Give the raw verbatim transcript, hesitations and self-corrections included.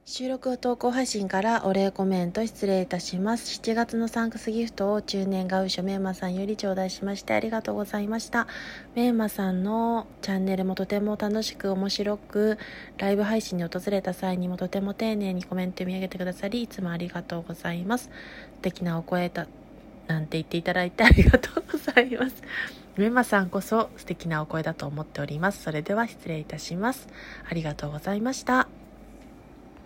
収録投稿配信からお礼コメント失礼いたします。しちがつのサンクスギフトを中年ガウショメンマさんより頂戴しましてありがとうございました。メンマさんのチャンネルもとても楽しく面白く、ライブ配信に訪れた際にもとても丁寧にコメント読み上げてくださり、いつもありがとうございます。素敵なお声だなんて言っていただいてありがとうございます。メンマさんこそ素敵なお声だと思っております。それでは失礼いたします。ありがとうございました。